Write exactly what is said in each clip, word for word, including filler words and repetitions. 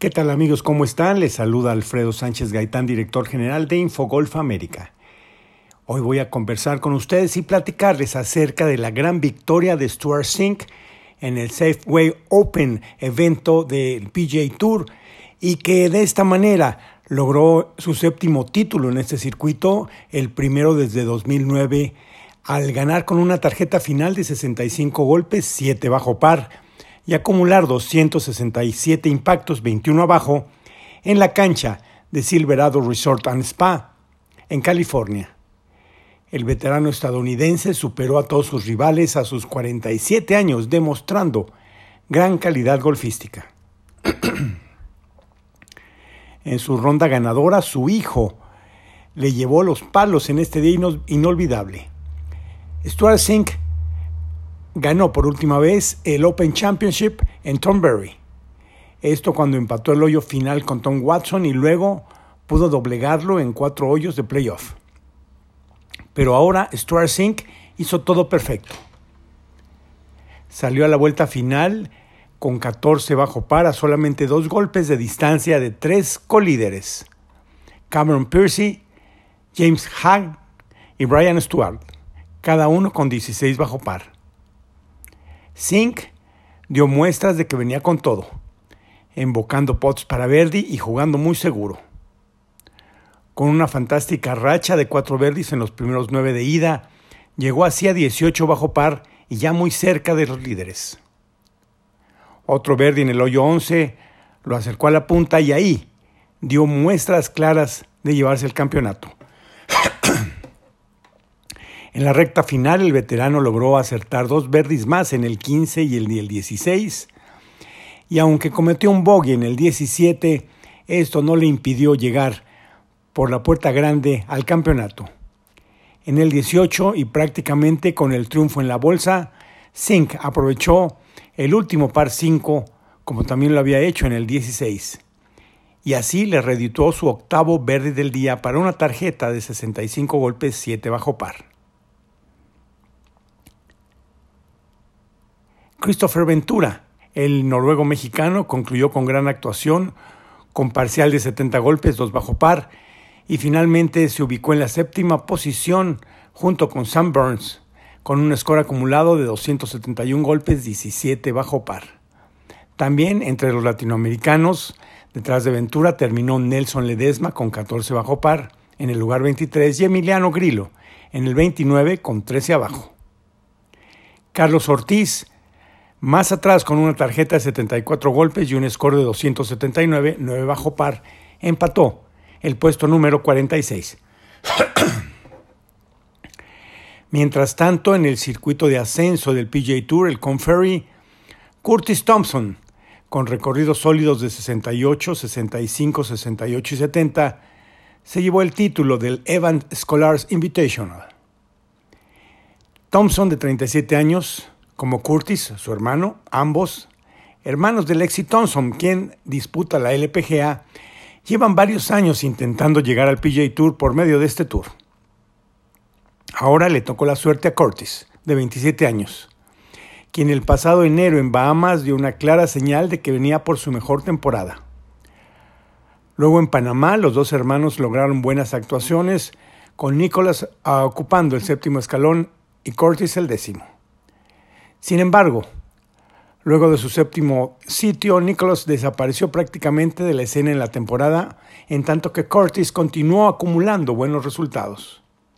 ¿Qué tal amigos? ¿Cómo están? Les saluda Alfredo Sánchez Gaitán, director general de Infogolf América. Hoy voy a conversar con ustedes y platicarles acerca de la gran victoria de Stewart Cink en el Safeway Open, evento del P G A Tour, y que de esta manera logró su séptimo título en este circuito, el primero desde dos mil nueve, al ganar con una tarjeta final de sesenta y cinco golpes, siete bajo par, y acumular doscientos sesenta y siete impactos, veintiuno abajo, en la cancha de Silverado Resort and Spa, en California. El veterano estadounidense superó a todos sus rivales a sus cuarenta y siete años, demostrando gran calidad golfística. En su ronda ganadora, su hijo le llevó los palos en este día inolvidable. Stewart Cink ganó por última vez el Open Championship en Thornbury. Esto cuando empató el hoyo final con Tom Watson y luego pudo doblegarlo en cuatro hoyos de playoff. Pero ahora Stewart Cink hizo todo perfecto. Salió a la vuelta final con catorce bajo par a solamente dos golpes de distancia de tres colíderes: Cameron Piercy, James Hahn y Brian Stuard, cada uno con dieciséis bajo par. Cink dio muestras de que venía con todo, embocando pots para birdie y jugando muy seguro. Con una fantástica racha de cuatro birdies en los primeros nueve de ida, llegó así a dieciocho bajo par y ya muy cerca de los líderes. Otro birdie en el hoyo once lo acercó a la punta y ahí dio muestras claras de llevarse el campeonato. En la recta final, el veterano logró acertar dos birdies más en el quince y el dieciséis, y aunque cometió un bogey en el diecisiete, esto no le impidió llegar por la puerta grande al campeonato. En el dieciocho, y prácticamente con el triunfo en la bolsa, Cink aprovechó el último par cinco, como también lo había hecho en el dieciséis, y así le redituó su octavo birdie del día para una tarjeta de sesenta y cinco golpes, siete bajo par. Christopher Ventura, el noruego mexicano, concluyó con gran actuación, con parcial de setenta golpes, dos bajo par, y finalmente se ubicó en la séptima posición junto con Sam Burns, con un score acumulado de doscientos setenta y un golpes, diecisiete bajo par. También entre los latinoamericanos, detrás de Ventura, terminó Nelson Ledesma con catorce bajo par en el lugar veintitrés y Emiliano Grillo en el veintinueve con trece abajo. Carlos Ortiz, más atrás con una tarjeta de setenta y cuatro golpes y un score de doscientos setenta y nueve, nueve bajo par, empató el puesto número cuarenta y seis. Mientras tanto, en el circuito de ascenso del P G A Tour, el Korn Ferry, Curtis Thompson, con recorridos sólidos de sesenta y ocho, sesenta y cinco, sesenta y ocho y setenta, se llevó el título del Evans Scholars Invitational. Thompson, de treinta y siete años, como Curtis, su hermano, ambos hermanos de Lexi Thompson, quien disputa la L P G A, llevan varios años intentando llegar al P G A Tour por medio de este tour. Ahora le tocó la suerte a Curtis, de veintisiete años, quien el pasado enero en Bahamas dio una clara señal de que venía por su mejor temporada. Luego en Panamá, los dos hermanos lograron buenas actuaciones, con Nicholas uh, ocupando el séptimo escalón y Curtis el décimo. Sin embargo, luego de su séptimo sitio, Nicholas desapareció prácticamente de la escena en la temporada, en tanto que Curtis continuó acumulando buenos resultados.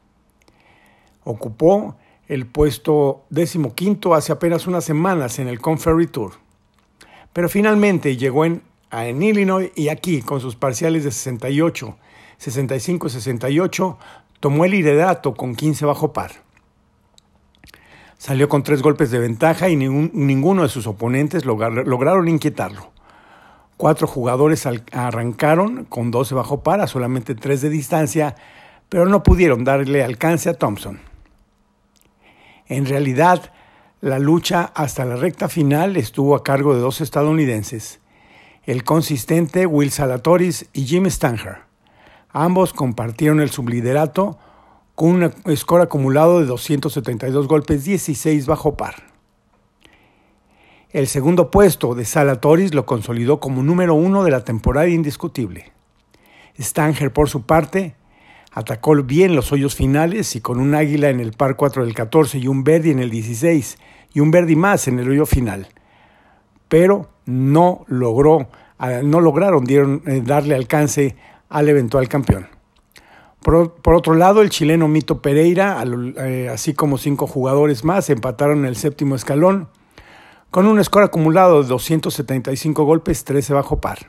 Ocupó el puesto decimoquinto hace apenas unas semanas en el Korn Ferry Tour, pero finalmente llegó en, en Illinois y aquí, con sus parciales de sesenta y ocho, sesenta y cinco y sesenta y ocho, tomó el liderato con quince bajo par. Salió con tres golpes de ventaja y ningún, ninguno de sus oponentes logra, lograron inquietarlo. Cuatro jugadores al, arrancaron con doce bajo par a solamente tres de distancia, pero no pudieron darle alcance a Thompson. En realidad, la lucha hasta la recta final estuvo a cargo de dos estadounidenses, el consistente Will Zalatoris y Jim Stanger. Ambos compartieron el subliderato con un score acumulado de doscientos setenta y dos golpes, dieciséis bajo par. El segundo puesto de Zalatoris lo consolidó como número uno de la temporada indiscutible. Stanger, por su parte, atacó bien los hoyos finales y con un águila en el par cuatro del catorce y un birdie en el dieciséis y un birdie más en el hoyo final. Pero no logró, no lograron dieron, eh, darle alcance al eventual campeón. Por, por otro lado, el chileno Mito Pereira, al, eh, así como cinco jugadores más, empataron en el séptimo escalón con un score acumulado de doscientos setenta y cinco golpes, trece bajo par.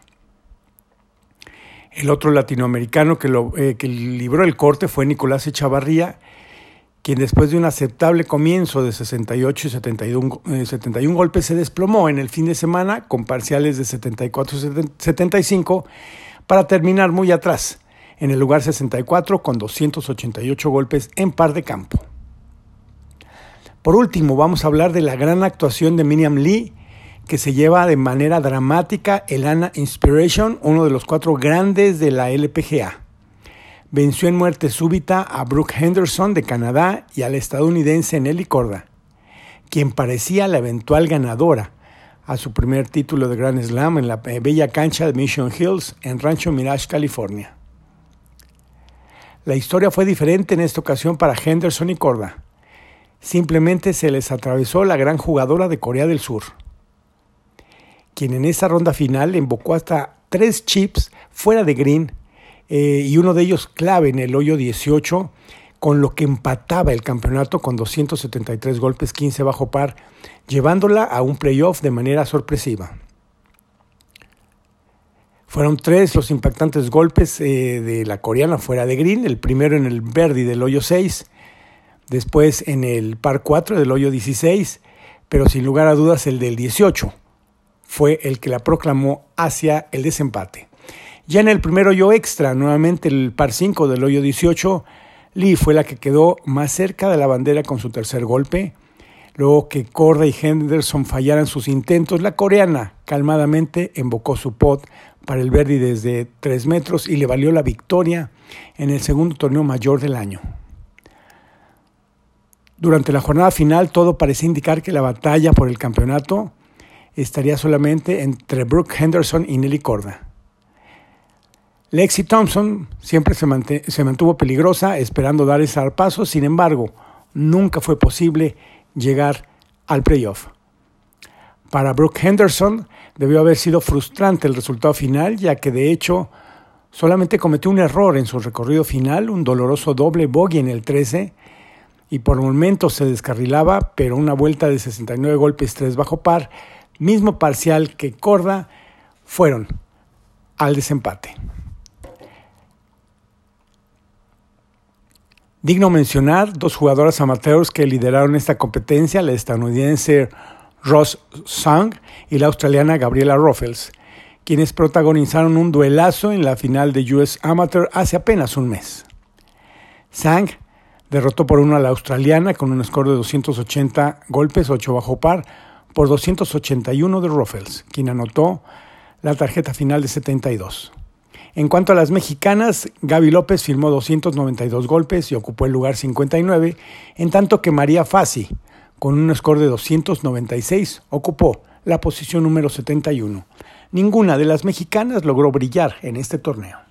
El otro latinoamericano que, lo, eh, que libró el corte fue Nicolás Echavarría, quien después de un aceptable comienzo de sesenta y ocho y setenta y uno, eh, setenta y uno golpes se desplomó en el fin de semana con parciales de setenta y cuatro y setenta y cinco para terminar muy atrás, en el lugar sesenta y cuatro con doscientos ochenta y ocho golpes en par de campo. Por último, vamos a hablar de la gran actuación de Miriam Lee, que se lleva de manera dramática el Anna Inspiration, uno de los cuatro grandes de la L P G A. Venció en muerte súbita a Brooke Henderson de Canadá y a la estadounidense Nelly Korda, quien parecía la eventual ganadora a su primer título de Grand Slam en la bella cancha de Mission Hills en Rancho Mirage, California. La historia fue diferente en esta ocasión para Henderson y Korda. Simplemente se les atravesó la gran jugadora de Corea del Sur, quien en esa ronda final invocó hasta tres chips fuera de green eh, y uno de ellos clave en el hoyo dieciocho, con lo que empataba el campeonato con doscientos setenta y tres golpes, quince bajo par, llevándola a un playoff de manera sorpresiva. Fueron tres los impactantes golpes eh, de la coreana fuera de green, el primero en el birdie del hoyo seis, después en el par cuatro del hoyo dieciséis, pero sin lugar a dudas el del dieciocho fue el que la proclamó hacia el desempate. Ya en el primer hoyo extra, nuevamente el par cinco del hoyo dieciocho, Lee fue la que quedó más cerca de la bandera con su tercer golpe. Luego que Korda y Henderson fallaran sus intentos, la coreana calmadamente embocó su pot para el birdie desde tres metros y le valió la victoria en el segundo torneo mayor del año. Durante la jornada final todo parecía indicar que la batalla por el campeonato estaría solamente entre Brooke Henderson y Nelly Korda. Lexi Thompson siempre se, mant- se mantuvo peligrosa esperando dar el zarpazo, sin embargo, nunca fue posible llegar al playoff. Para Brooke Henderson debió haber sido frustrante el resultado final, ya que de hecho solamente cometió un error en su recorrido final, un doloroso doble bogey en el trece, y por momentos se descarrilaba, pero una vuelta de sesenta y nueve golpes, tres bajo par, mismo parcial que Korda, fueron al desempate. Digno mencionar dos jugadoras amateurs que lideraron esta competencia, la estadounidense Ross Sang y la australiana Gabriela Ruffels, quienes protagonizaron un duelazo en la final de U S Amateur hace apenas un mes. Sang derrotó por uno a la australiana con un score de doscientos ochenta golpes, ocho bajo par, por doscientos ochenta y uno de Ruffels, quien anotó la tarjeta final de setenta y dos. En cuanto a las mexicanas, Gaby López firmó doscientos noventa y dos golpes y ocupó el lugar cincuenta y nueve, en tanto que María Fassi, con un score de doscientos noventa y seis, ocupó la posición número setenta y uno. Ninguna de las mexicanas logró brillar en este torneo.